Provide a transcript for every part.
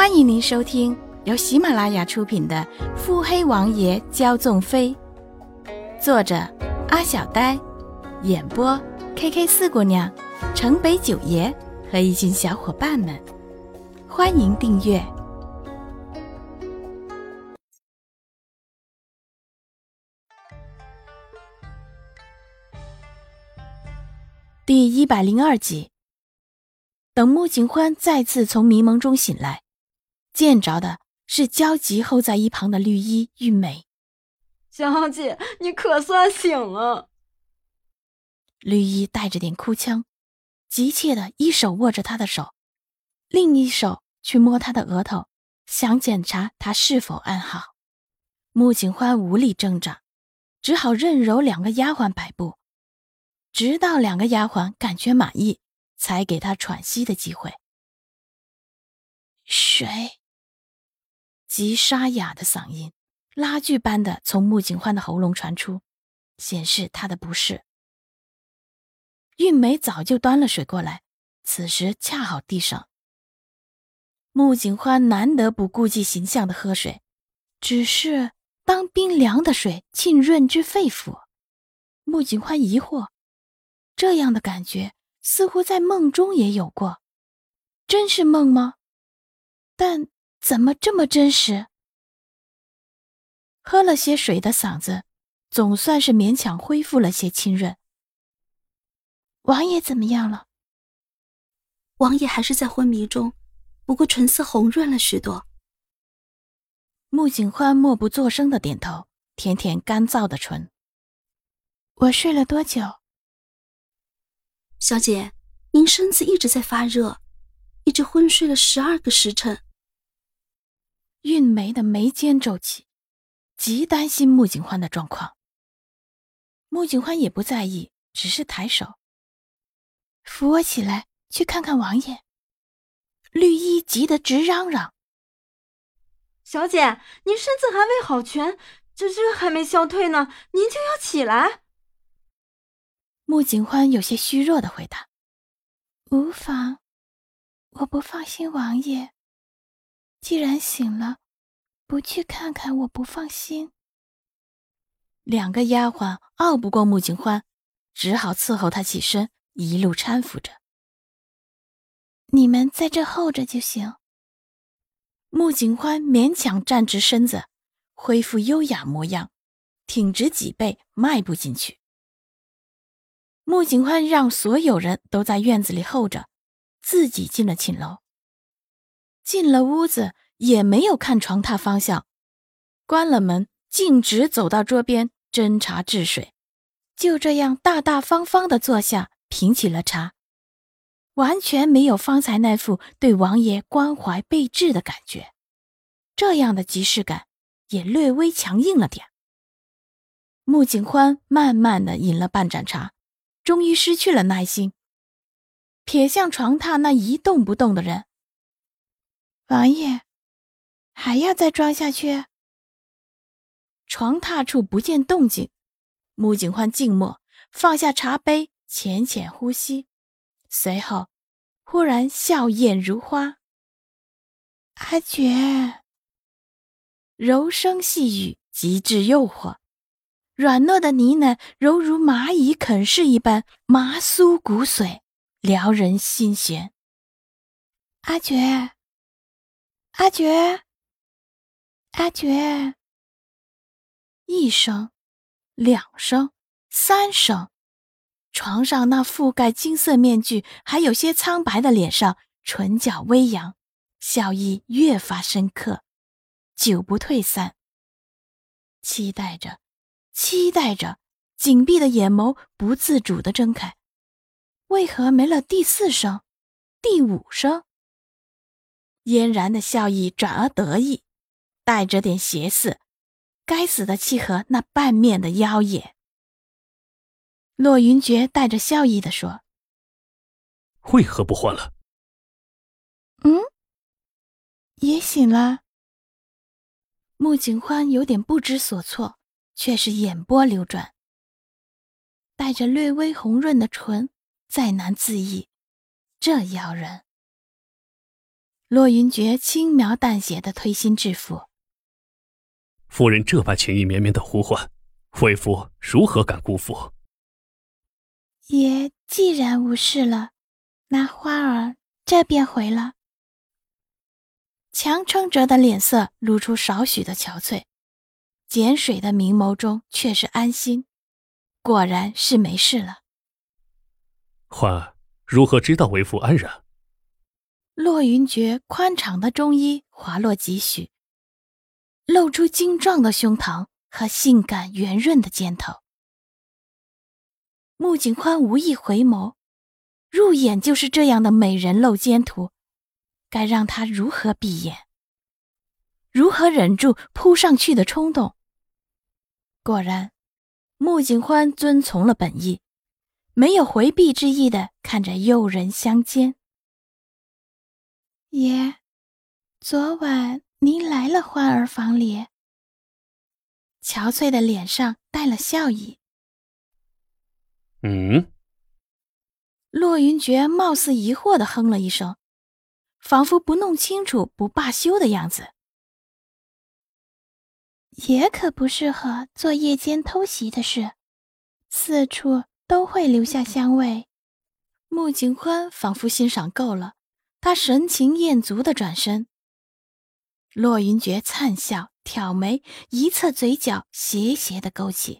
欢迎您收听由喜马拉雅出品的《腹黑王爷骄纵妃》，作者阿小呆，演播 KK 四姑娘、城北九爷和一群小伙伴们。欢迎订阅。第102集。等穆景欢再次从迷蒙中醒来，见着的是焦急候在一旁的绿衣玉梅。 小姐，你可算醒了。 绿衣带着点哭腔，急切地一手握着他的手，另一手去摸他的额头，想检查他是否安好。穆景欢无力挣扎，只好任由两个丫鬟摆布，直到两个丫鬟感觉满意，才给他喘息的机会。水，极沙哑的嗓音拉锯般的从穆景欢的喉咙传出，显示他的不适。韵梅早就端了水过来，此时恰好递上。穆景欢难得不顾忌形象的喝水，只是当冰凉的水浸润至肺腑，穆景欢疑惑，这样的感觉似乎在梦中也有过，真是梦吗？但怎么这么真实？喝了些水的嗓子总算是勉强恢复了些清润。王爷怎么样了？ 王爷还是在昏迷中，不过唇色红润了许多。 穆景欢默不作声的点头，舔舔干燥的唇。我睡了多久？ 小姐，您身子一直在发热，一直昏睡了12个时辰。 韵梅的眉间皱起，极担心穆景欢的状况。穆景欢也不在意，只是抬手扶我起来，去看看王爷。绿衣急得直嚷嚷： 小姐，您身子还未好全，这还没消退呢，您就要起来。 穆景欢有些虚弱地回答：无妨，我不放心王爷，既然醒了，不去看看我不放心。两个丫鬟拗不过穆景欢，只好伺候他起身，一路搀扶着。你们在这候着就行。穆景欢勉强站直身子，恢复优雅模样，挺直脊背，迈步进去。穆景欢让所有人都在院子里候着，自己进了寝楼。进了屋子也没有看床榻方向，关了门，径直走到桌边斟茶置水，就这样大大方方地坐下，品起了茶，完全没有方才那副对王爷关怀备至的感觉，这样的即视感也略微强硬了点。穆景欢慢慢地饮了半盏茶，终于失去了耐心，瞥向床榻那一动不动的人。王爷，还要再装下去？床榻处不见动静，穆景欢静默，放下茶杯，浅浅呼吸，随后忽然笑靥如花。阿珏，柔声细语，极致诱惑，软糯的呢喃犹如蚂蚁啃噬一般，麻酥骨髓，撩人心弦。阿珏，阿珏，阿珏。一声，两声，三声，床上那覆盖金色面具还有些苍白的脸上，唇角微扬，笑意越发深刻，久不退散。期待着，期待着，紧闭的眼眸不自主地睁开。为何没了第4声，第5声？嫣然的笑意转而得意，带着点邪肆，该死的契合那半面的妖冶。骆云珏带着笑意地说： 为何不换了？ 也醒了。穆景欢有点不知所措，却是眼波流转，带着略微红润的唇，再难自抑，这妖人。 骆云珏轻描淡写的推心置腹。 夫人这般情意绵绵的呼唤，为夫如何敢辜负？ 爷既然无事了，那花儿这便回了。强撑着的脸色露出少许的憔悴，碱水的明眸中却是安心，果然是没事了。 欢儿如何知道为夫安然？ 骆云珏宽敞的中衣滑落几许，露出精壮的胸膛和性感圆润的肩头。穆景欢无意回眸，入眼就是这样的美人露肩图，该让他如何闭眼？如何忍住扑上去的冲动？果然，穆景欢遵从了本意，没有回避之意的看着诱人相间。爷，昨晚您来了欢儿房里。憔悴的脸上带了笑意。骆云珏貌似疑惑地哼了一声，仿佛不弄清楚不罢休的样子。爷可不适合做夜间偷袭的事，四处都会留下香味。穆景欢仿佛欣赏够了，他神情艳足地转身。骆云珏灿笑，挑眉，一侧嘴角斜斜地勾起。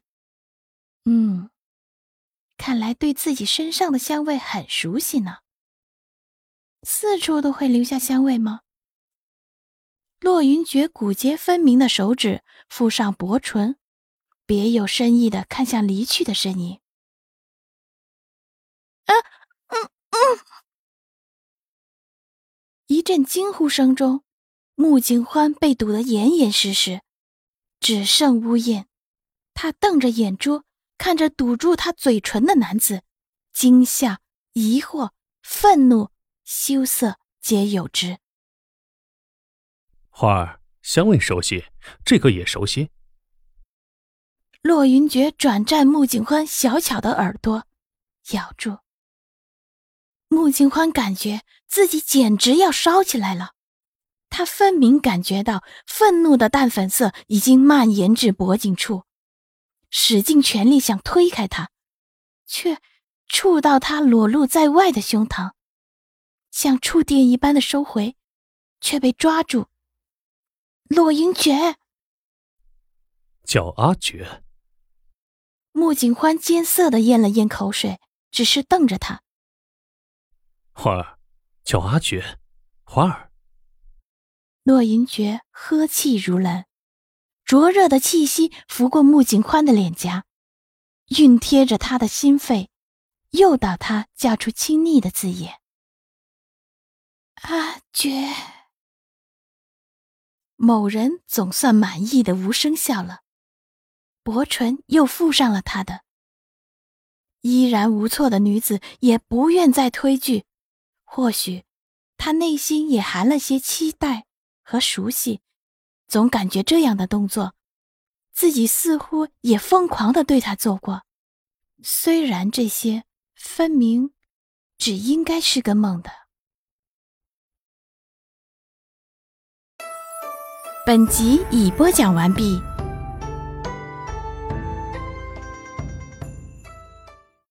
看来对自己身上的香味很熟悉呢。四处都会留下香味吗？骆云珏骨节分明的手指附上薄唇，别有深意地看向离去的身影。一阵惊呼声中，穆景欢被堵得严严实实，只剩呜咽。他瞪着眼珠看着堵住他嘴唇的男子，惊吓、疑惑、愤怒、羞涩皆有之。 花儿，香味熟悉，这个也熟悉。 骆云珏转战穆景欢小巧的耳朵，咬住。穆景欢感觉自己简直要烧起来了，他分明感觉到愤怒的淡粉色已经蔓延至脖颈处，使尽全力想推开他，却触到他裸露在外的胸膛，像触电一般的收回，却被抓住。骆云珏叫阿珏。 穆景欢艰涩地咽了咽口水，只是瞪着他。 花儿，叫阿珏，花儿。 骆云珏呵气如兰，灼热的气息拂过穆景欢的脸颊，熨贴着他的心肺，诱导他叫出亲昵的字眼。阿珏。某人总算满意的无声笑了，薄唇又附上了他的。依然无措的女子也不愿再推拒，或许她内心也含了些期待和熟悉，总感觉这样的动作，自己似乎也疯狂地对他做过，虽然这些分明只应该是个梦的。本集已播讲完毕。